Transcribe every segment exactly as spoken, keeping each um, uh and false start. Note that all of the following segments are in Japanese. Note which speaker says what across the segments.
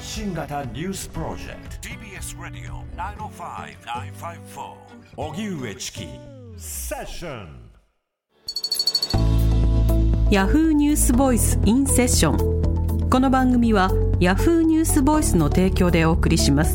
Speaker 1: 発信型ニュースプロジェクト ティービーエス ラディオ きゅうまるご きゅうごよん 荻上チキセッション。
Speaker 2: ヤフーニュースボイスインセッション。この番組はヤフーニュースボイスの提供でお送りします。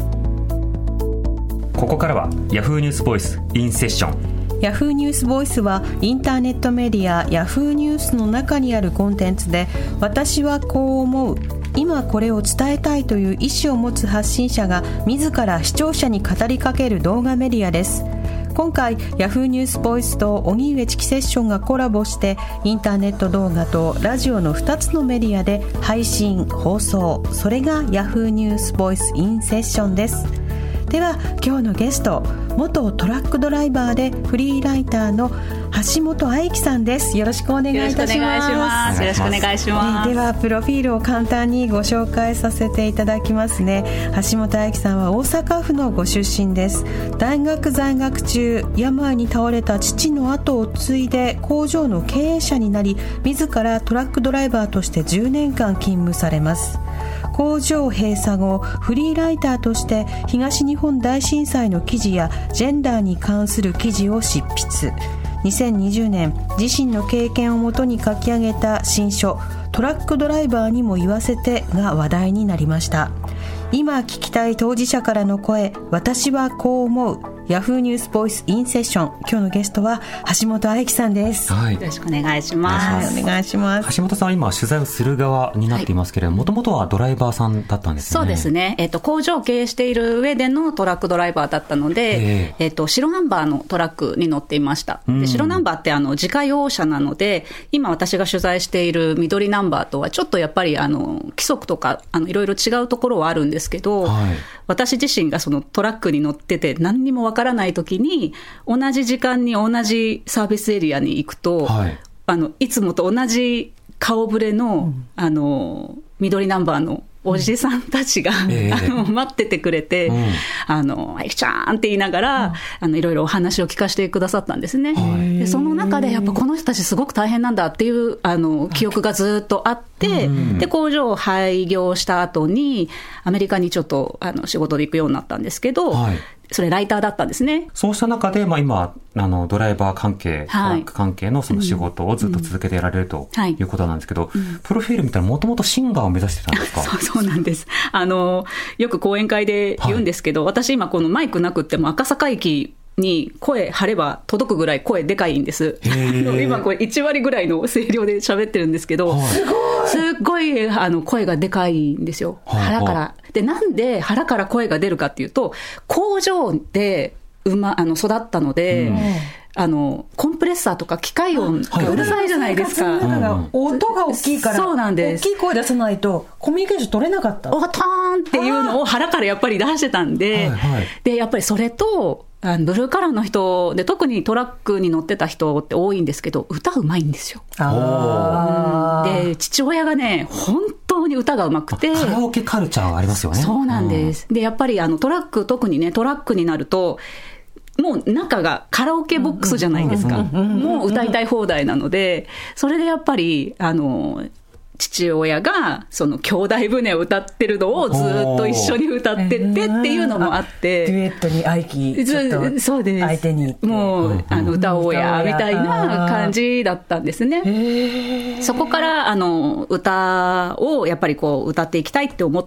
Speaker 3: ここからはヤフーニュースボイスインセッション。
Speaker 2: ヤフーニュースボイスはインターネットメディアヤフーニュースの中にあるコンテンツで、私はこう思う、今これを伝えたいという意思を持つ発信者が自ら視聴者に語りかける動画メディアです。今回ヤフーニュースボイスと荻上チキセッションがコラボして、インターネット動画とラジオのふたつのメディアで配信放送、それがヤフーニュースボイスインセッションです。では今日のゲスト、元トラックドライバーでフリーライターの橋本愛希さんです。よろしくお願いいたします。
Speaker 4: よろしくお願いします。
Speaker 2: ではプロフィールを簡単にご紹介させていただきますね。橋本愛希さんは大阪府のご出身です。大学在学中、病に倒れた父の後を継いで工場の経営者になり、自らトラックドライバーとしてじゅうねんかん勤務されます。工場閉鎖後、フリーライターとして東日本大震災の記事やジェンダーに関する記事を執筆。にせんにじゅうねん、自身の経験をもとに書き上げた新書、トラックドライバーにも言わせてが話題になりました。今聞きたい当事者からの声、私はこう思う、ヤフーニュースボイスインセッション。今日のゲストは橋本愛希さんです。
Speaker 3: はい、
Speaker 4: よろしくお願いします。
Speaker 2: はい、お願いします。
Speaker 3: 橋本さんは今取材をする側になっていますけれども、もともとはドライバーさんだったんですよね。
Speaker 4: そうですね、えっと、工場を経営している上でのトラックドライバーだったので、えっと、白ナンバーのトラックに乗っていました。で、白ナンバーってあの自家用車なので、今私が取材している緑ナンバーとはちょっとやっぱりあの規則とかあのいろいろ違うところはあるんですけど、はい、私自身がそのトラックに乗ってて何にもわからない時に同じ時間に同じサービスエリアに行くと、はい、あのいつもと同じ顔ぶれの、うん、あの緑ナンバーのおじさんたちが、うん、あの待っててくれて、うん、あのあいきちゃんって言いながら、うん、あのいろいろお話を聞かせてくださったんですね。でその中でやっぱこの人たちすごく大変なんだっていうあの記憶がずっとあって、うん、で工場を廃業した後にアメリカにちょっとあの仕事で行くようになったんですけど、はい、それライターだったんですね。
Speaker 3: そうした中で、まあ、今あのドライバー関係、トラック関係のその仕事をずっと続けてやられるということなんですけど、うんはい、プロフィール見たらもともとシンガーを目指してたんですか？
Speaker 4: そうそうなんです。あのよく講演会で言うんですけど、はい、私今このマイクなくっても赤坂駅に声張れば届くぐらい声でかいんです。今これいちわりぐらいの声量で喋ってるんですけど、はい、すっごいあの声がでかいんですよ、はい、腹から。でなんで腹から声が出るかっていうと、工場で生、ま、あの育ったので、うん、あのコンプレッサーとか機械音がうるさいじゃないですか、はい
Speaker 2: はい、音が大きいから、
Speaker 4: そうなんです。
Speaker 2: 大きい声出さないとコミュニケーション取れなかった。
Speaker 4: おターンっていうのを腹からやっぱり出してたんで、はいはい、でやっぱりそれとあのブルーカラーの人で、特にトラックに乗ってた人って多いんですけど、歌うまいんですよ。あで父親がね本当に歌がうまくて、
Speaker 3: カラオケカルチャーがありますよね。
Speaker 4: そうなんです。でやっぱりあのトラック、特にねトラックになるともう中がカラオケボックスじゃないですか。もう歌いたい放題なので、それでやっぱりあの父親がその兄弟船を歌ってるのをずっと一緒に歌ってってっていうのもあって、
Speaker 2: デュエットに愛機ちょっと相手に
Speaker 4: もうあの歌おうやみたいな感じだったんですね。そこからあの歌をやっぱりこう歌っていきたいって思って、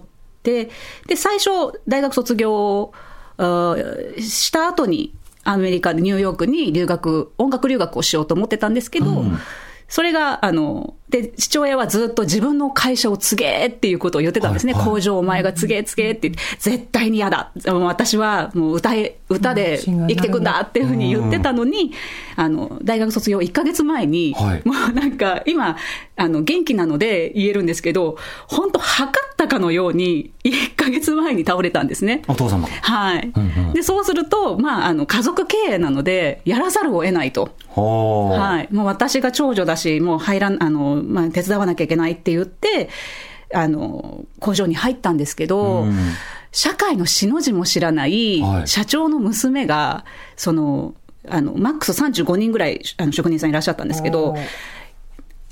Speaker 4: で最初大学卒業した後にアメリカでニューヨークに留学、音楽留学をしようと思ってたんですけど、うん、それがあので父親はずっと自分の会社を継げっていうことを言ってたんですね、はいはい、工場お前が継げ継げって絶対に嫌だ、もう私はもう 歌, え歌で生きていくんだっていうふうに言ってたのに、うん、あの大学卒業いっかげつまえに、はい、もうなんか今あの元気なので言えるんですけど、本当測ったかのようにいっかげつまえに倒れたんですね、
Speaker 3: お父様。
Speaker 4: はい、うんうん、でそうすると、まあ、あの家族経営なのでやらざるを得ないと、はい、もう私が長女だしもう入らんあのまあ、手伝わなきゃいけないって言ってあの工場に入ったんですけど、うん、社会のしの字も知らない社長の娘が、はい、そのあのマックスさんじゅうごにんぐらいあの職人さんいらっしゃったんですけど、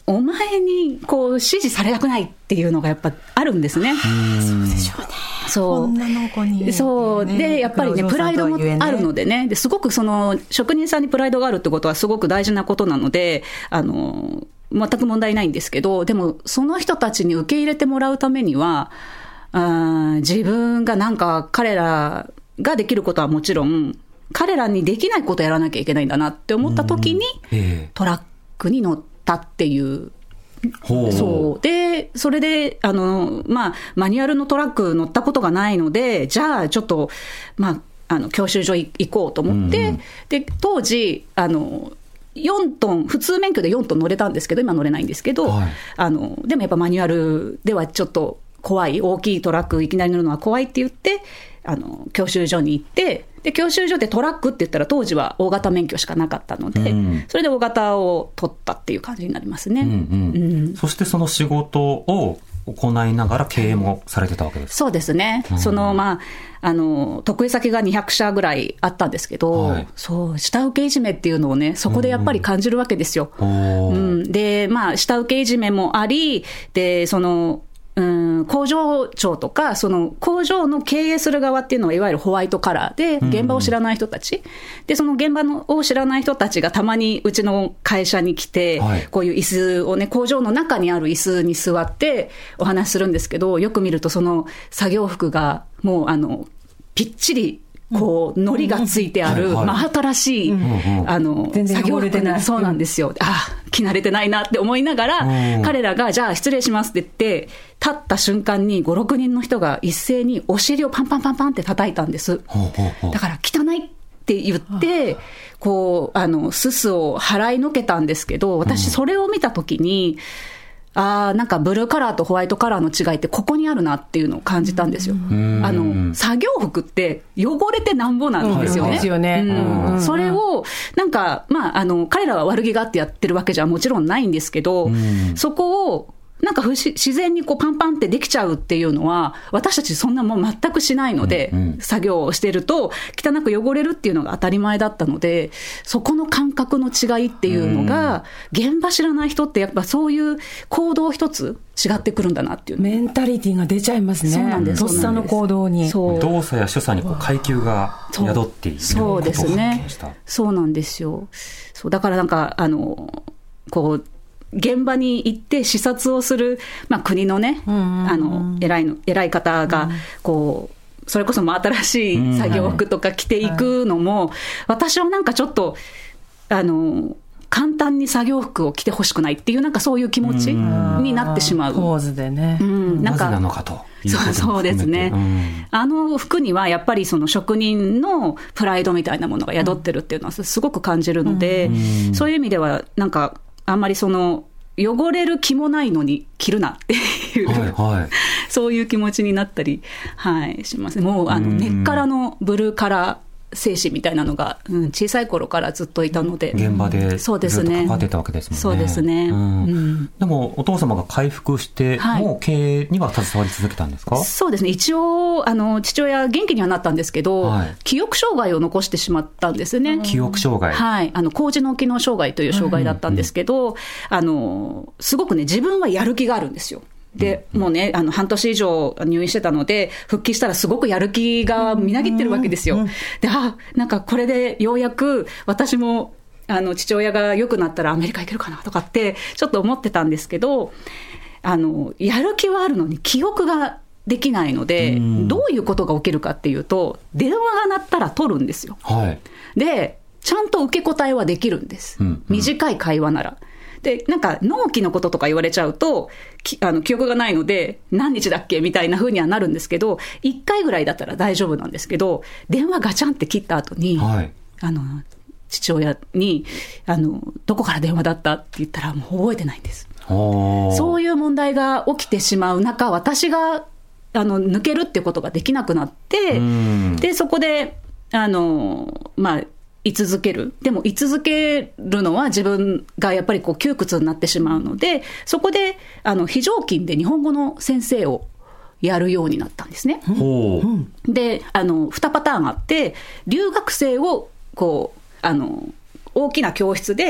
Speaker 4: お前にこう指示されたくないっていうのがやっぱあるんですね。
Speaker 2: そうでしょうね。
Speaker 4: そう
Speaker 2: 女の子に、ね、
Speaker 4: そうでやっぱりねプライドもあるのでね、ですごくその職人さんにプライドがあるってことはすごく大事なことなので、あの全く問題ないんですけど、でもその人たちに受け入れてもらうためには、あ自分がなんか彼らができることはもちろん彼らにできないことをやらなきゃいけないんだなって思った時に、えー、トラックに乗ったっていうそうでそれであの、まあ、マニュアルのトラック乗ったことがないので、じゃあちょっと、まあ、あの教習所行こうと思って、うん、で当時あのよんトン普通免許でよんトン乗れたんですけど今乗れないんですけど、はい、あのでもやっぱマニュアルではちょっと怖い、大きいトラックいきなり乗るのは怖いって言ってあの教習所に行って、で教習所でトラックって言ったら当時は大型免許しかなかったので、うん、それで大型を取ったっていう感じになりますね、うんうん
Speaker 3: うん、そしてその仕事を行いながら経営もされてたわけですか？
Speaker 4: そうですね、うん、そのまああの得意先がにひゃくしゃぐらいあったんですけど、はい、そう下請けいじめっていうのをねそこでやっぱり感じるわけですよ、うんうん、でまあ下請けいじめもありでそのうん工場長とかその工場の経営する側っていうのはいわゆるホワイトカラーで現場を知らない人たち、うん、でその現場のを知らない人たちがたまにうちの会社に来て、はい、こういう椅子をね工場の中にある椅子に座ってお話しするんですけど、よく見るとその作業服がもうあのぴっちりこう糊がついてある真新しいあの作業服ね、そうなんですよ。あ着慣れてないなって思いながら彼らがじゃあ失礼しますって言って立った瞬間にごろくにんの人が一斉にお尻をパンパンパンパンって叩いたんです。だから汚いって言ってこうあのすすを払いのけたんですけど、私それを見た時にあーなんかブルーカラーとホワイトカラーの違いってここにあるなっていうのを感じたんですよ。あの作業服って汚れてなんぼなんですよね。ですよね。うん、それをなんかまああの彼らは悪気があってやってるわけじゃもちろんないんですけど、そこをなんか不自然にこうパンパンってできちゃうっていうのは私たちそんなもん全くしないので、うんうん、作業をしてると汚く汚れるっていうのが当たり前だったので、そこの感覚の違いっていうのが、うん、現場知らない人ってやっぱそういう行動一つ違ってくるんだなっていう
Speaker 2: メンタリティが出ちゃいますね。そうなんです。とっさの行動に
Speaker 3: そう動作や所作にこう階級が宿っていることを発見した。
Speaker 4: そうなんですよ。そうだからなんかあのこう現場に行って視察をする、まあ、国のね、うんうんうん、あの偉いの偉い方がこうそれこそも新しい作業服とか着ていくのも、うんはい、私はなんかちょっとあの簡単に作業服を着てほしくないっていうなんかそういう気持ちになってしまう。
Speaker 2: ポーズでね、
Speaker 3: うん、なんかなぜなのかということも含めて、
Speaker 4: そう、そうですね、うん、あの服にはやっぱりその職人のプライドみたいなものが宿ってるっていうのはすごく感じるので、うん、そういう意味ではなんかあんまりその汚れる気もないのに着るなっていう、はいはい、そういう気持ちになったり、はい、しますね。もうあの根っからのブルーカラー精神みたいなのが、うん、小さい頃からずっといたので、
Speaker 3: 現場でずっと関わってたわけですもんね。
Speaker 4: そうですね、うんうん、
Speaker 3: でもお父様が回復してもう経営には携わり続けたんですか？
Speaker 4: そうですね、一応あの父親元気にはなったんですけど、はい、記憶障害を残してしまったんですね。
Speaker 3: 記憶障害、
Speaker 4: はい、あの高次脳機能障害という障害だったんですけど、うんうん、あのすごくね自分はやる気があるんですよ。でもうねあの半年以上入院してたので復帰したらすごくやる気がみなぎってるわけですよ。であなんかこれでようやく私もあの父親が良くなったらアメリカ行けるかなとかってちょっと思ってたんですけど、あのやる気はあるのに記憶ができないので、どういうことが起きるかっていうと電話が鳴ったら取るんですよ、はい、でちゃんと受け答えはできるんです、うんうん、短い会話なら。でなんか納期のこととか言われちゃうときあの記憶がないので何日だっけみたいな風にはなるんですけど、いっかいぐらいだったら大丈夫なんですけど、電話ガチャンって切った後に、はい、あの父親にあのどこから電話だったって言ったらもう覚えてないんです。そういう問題が起きてしまう中、私があの抜けるっていうことができなくなって、でそこであのまあ居続ける。でも居続けるのは自分がやっぱりこう窮屈になってしまうので、そこであの非常勤で日本語の先生をやるようになったんですね。であのにパターンあって、留学生をこうあの大きな教室で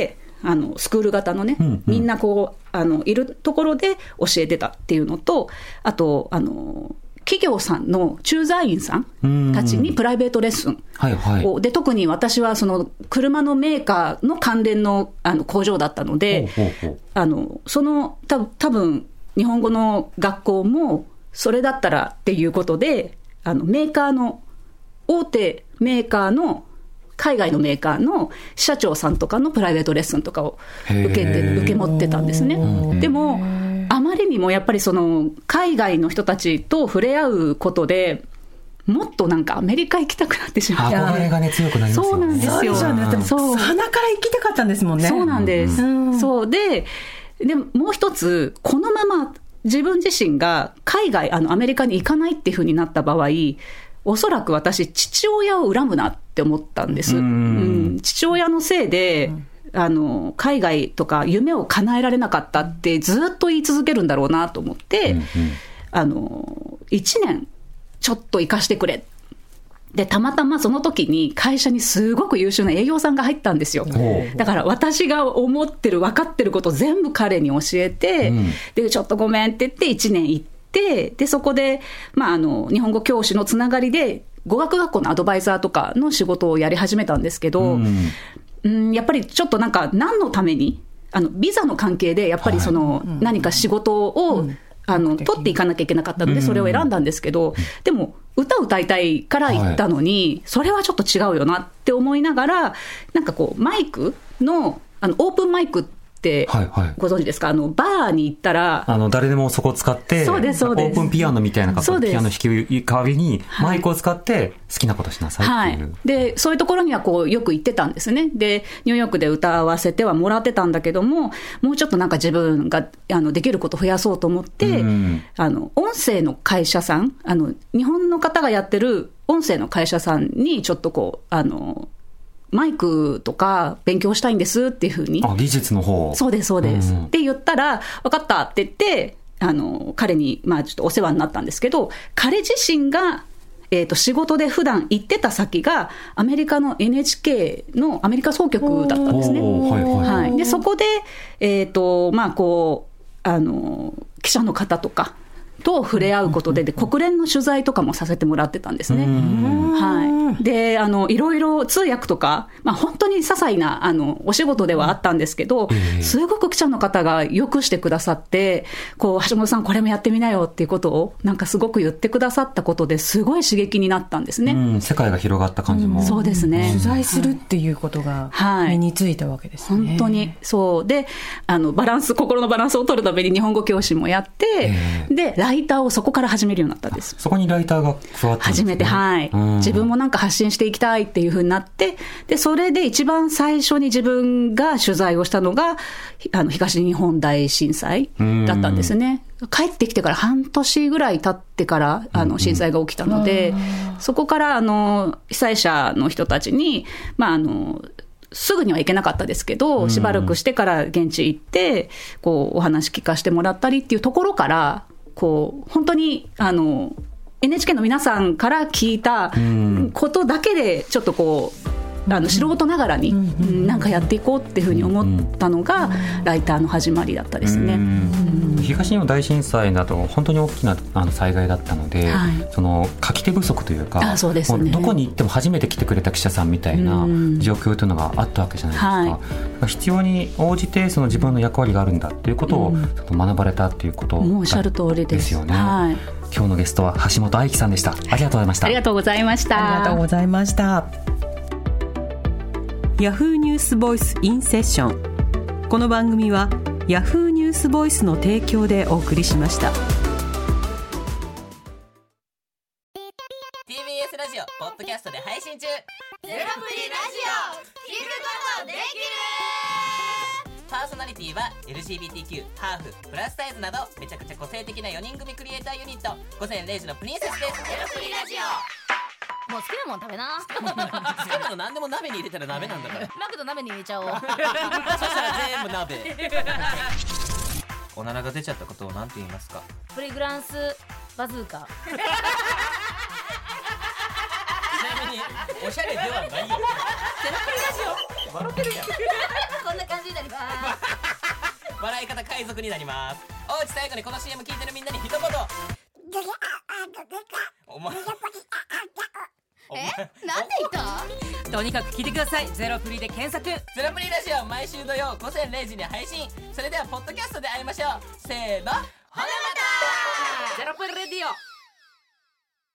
Speaker 4: あのスクール型のね、うんうん、みんなこうあのいるところで教えてたっていうのと、あとあの企業さんの駐在員さんたちにプライベートレッスンを、はいはい、で特に私はその車のメーカーの関連 の, あの工場だったので、ほうほうほう、あのそのた多分日本語の学校もそれだったらっていうことで、あのメーカーの大手メーカーの海外のメーカーの社長さんとかのプライベートレッスンとかを受けて受け持ってたんですね。でもあまりにもやっぱりその海外の人たちと触れ合うことでもっとなんかアメリカ行きたくなってしまって、
Speaker 3: 憧れがね強くなりますよね。
Speaker 4: そうなんですよ。
Speaker 2: そうなんですよ。そう、鼻から行きたかったんですもんね。
Speaker 4: そうなんです、うん、そうで、でもう一つ、このまま自分自身が海外あのアメリカに行かないっていう風になった場合、おそらく私父親を恨むなって思ったんです。うん、うん、父親のせいで、うんあの海外とか夢を叶えられなかったってずっと言い続けるんだろうなと思って、うんうん、あのいちねんちょっと行かしてくれで、たまたまその時に会社にすごく優秀な営業さんが入ったんですよ。だから私が思ってる分かってること全部彼に教えて、うん、でちょっとごめんって言っていちねん行って、でそこで、まあ、あの日本語教師のつながりで語学学校のアドバイザーとかの仕事をやり始めたんですけど、うんうん、やっぱりちょっとなんか何のためにあのビザの関係でやっぱりその何か仕事を、はいうん、あの取っていかなきゃいけなかったのでそれを選んだんですけど、うん、でも歌歌いたいから行ったのに、はい、それはちょっと違うよなって思いながら、なんかこうマイクの、あのオープンマイクってご存知ですか？はいはい、あのバーに行ったら
Speaker 3: あの誰でもそこを使って、そうですそうです、オープンピアノみたいな形でピアノ弾く代わりにマイクを使って好きなことしなさいっていう、はい、
Speaker 4: でそういうところにはこうよく行ってたんですね。でニューヨークで歌わせてはもらってたんだけども、もうちょっとなんか自分があのできることを増やそうと思って、うん、あの音声の会社さん、あの日本の方がやってる音声の会社さんにちょっとこうあのマイクとか勉強したいんですっていうふうに。
Speaker 3: あ、技術の方。
Speaker 4: そうですそうです、うん、って言ったら分かったって言ってあの彼にまあちょっとお世話になったんですけど、彼自身が、えー、と仕事で普段行ってた先がアメリカの エヌエイチケー のアメリカ総局だったんですね。はいはいはい、でそこで、えーとまあ、こうあの記者の方とかと触れ合うことで、で国連の取材とかもさせてもらってたんですね。はい、であのいろいろ通訳とか、まあ、本当に些細なあのお仕事ではあったんですけど、すごく記者の方がよくしてくださって、こう橋本さんこれもやってみなよっていうことをなんかすごく言ってくださったことですごい刺激になったんですね。うん、
Speaker 3: 世界が広がった感じも、
Speaker 4: うん、そうですね。
Speaker 2: 取材するっていうことが身についたわけですね。
Speaker 4: はい、本当にそうで、あのバランス心のバランスを取るために日本語教師もやって、でライターをそこから始めるようになったんです。
Speaker 3: そこにライターが加わったんですね。初めて、
Speaker 4: はい、うん、自分もなんか発信していきたいっていう風になって、でそれで一番最初に自分が取材をしたのがあの東日本大震災だったんですね。帰ってきてから半年ぐらい経ってからあの震災が起きたので、うん、そこからあの被災者の人たちに、まああのすぐには行けなかったですけど、しばらくしてから現地行ってこうお話聞かせてもらったりっていうところから、こう本当にあの エヌエイチケー の皆さんから聞いたことだけでちょっとこうあの素人ながらに何かやっていこうっていうふうに思ったのがライターの始まりだったですね。
Speaker 3: 東日本大震災など本当に大きなあの災害だったので、はい、その書き手不足というか、あ、そうですね、どこに行っても初めて来てくれた記者さんみたいな状況というのがあったわけじゃないですか。はい、必要に応じてその自分の役割があるんだということを学ばれたということ
Speaker 4: もうおっしゃる通りですよね。はい、
Speaker 3: 今日のゲストは橋本愛希さんでした。ありがとうございました。
Speaker 4: ありがとうございました。
Speaker 2: ありがとうございました。ヤフーニュースボイスインセッション。この番組はヤフーニュースボイスの提供でお送りしました。
Speaker 5: ティービーエス ラジオポッドキャストで配信中。ゼロプリラジオ聞くことできる。パーソナリティは エルジービーティーキュー、ハーフ、プラスサイズなどめちゃくちゃ個性的なよにん組クリエイターユニット午前れいじのプリンセスです。ゼロプリラジオ
Speaker 6: もう好きなもん食べな。
Speaker 5: 好きなの何でも鍋に入れたら鍋なんだから。
Speaker 6: マクド鍋に入れちゃおう。そ
Speaker 5: したら全部鍋。おならが出ちゃったことを何て言いますか？
Speaker 6: プリグランスバズーカ。ち
Speaker 5: なみにおしゃれではないよ。ゼロプリラジオ笑ってるやん
Speaker 6: こんな感じになります
Speaker 5: 笑い方海賊になります。おうち最後にこの シーエム 聞いてるみんなに一言。お前
Speaker 6: えなんて言ったとにかく聞いてください。ゼロプリで検索。
Speaker 5: ゼロプリラジオ毎週土曜午前れいじに配信。それではポッドキャストで会いましょう。せーの、ほなまた。
Speaker 6: ゼロプリレディオ。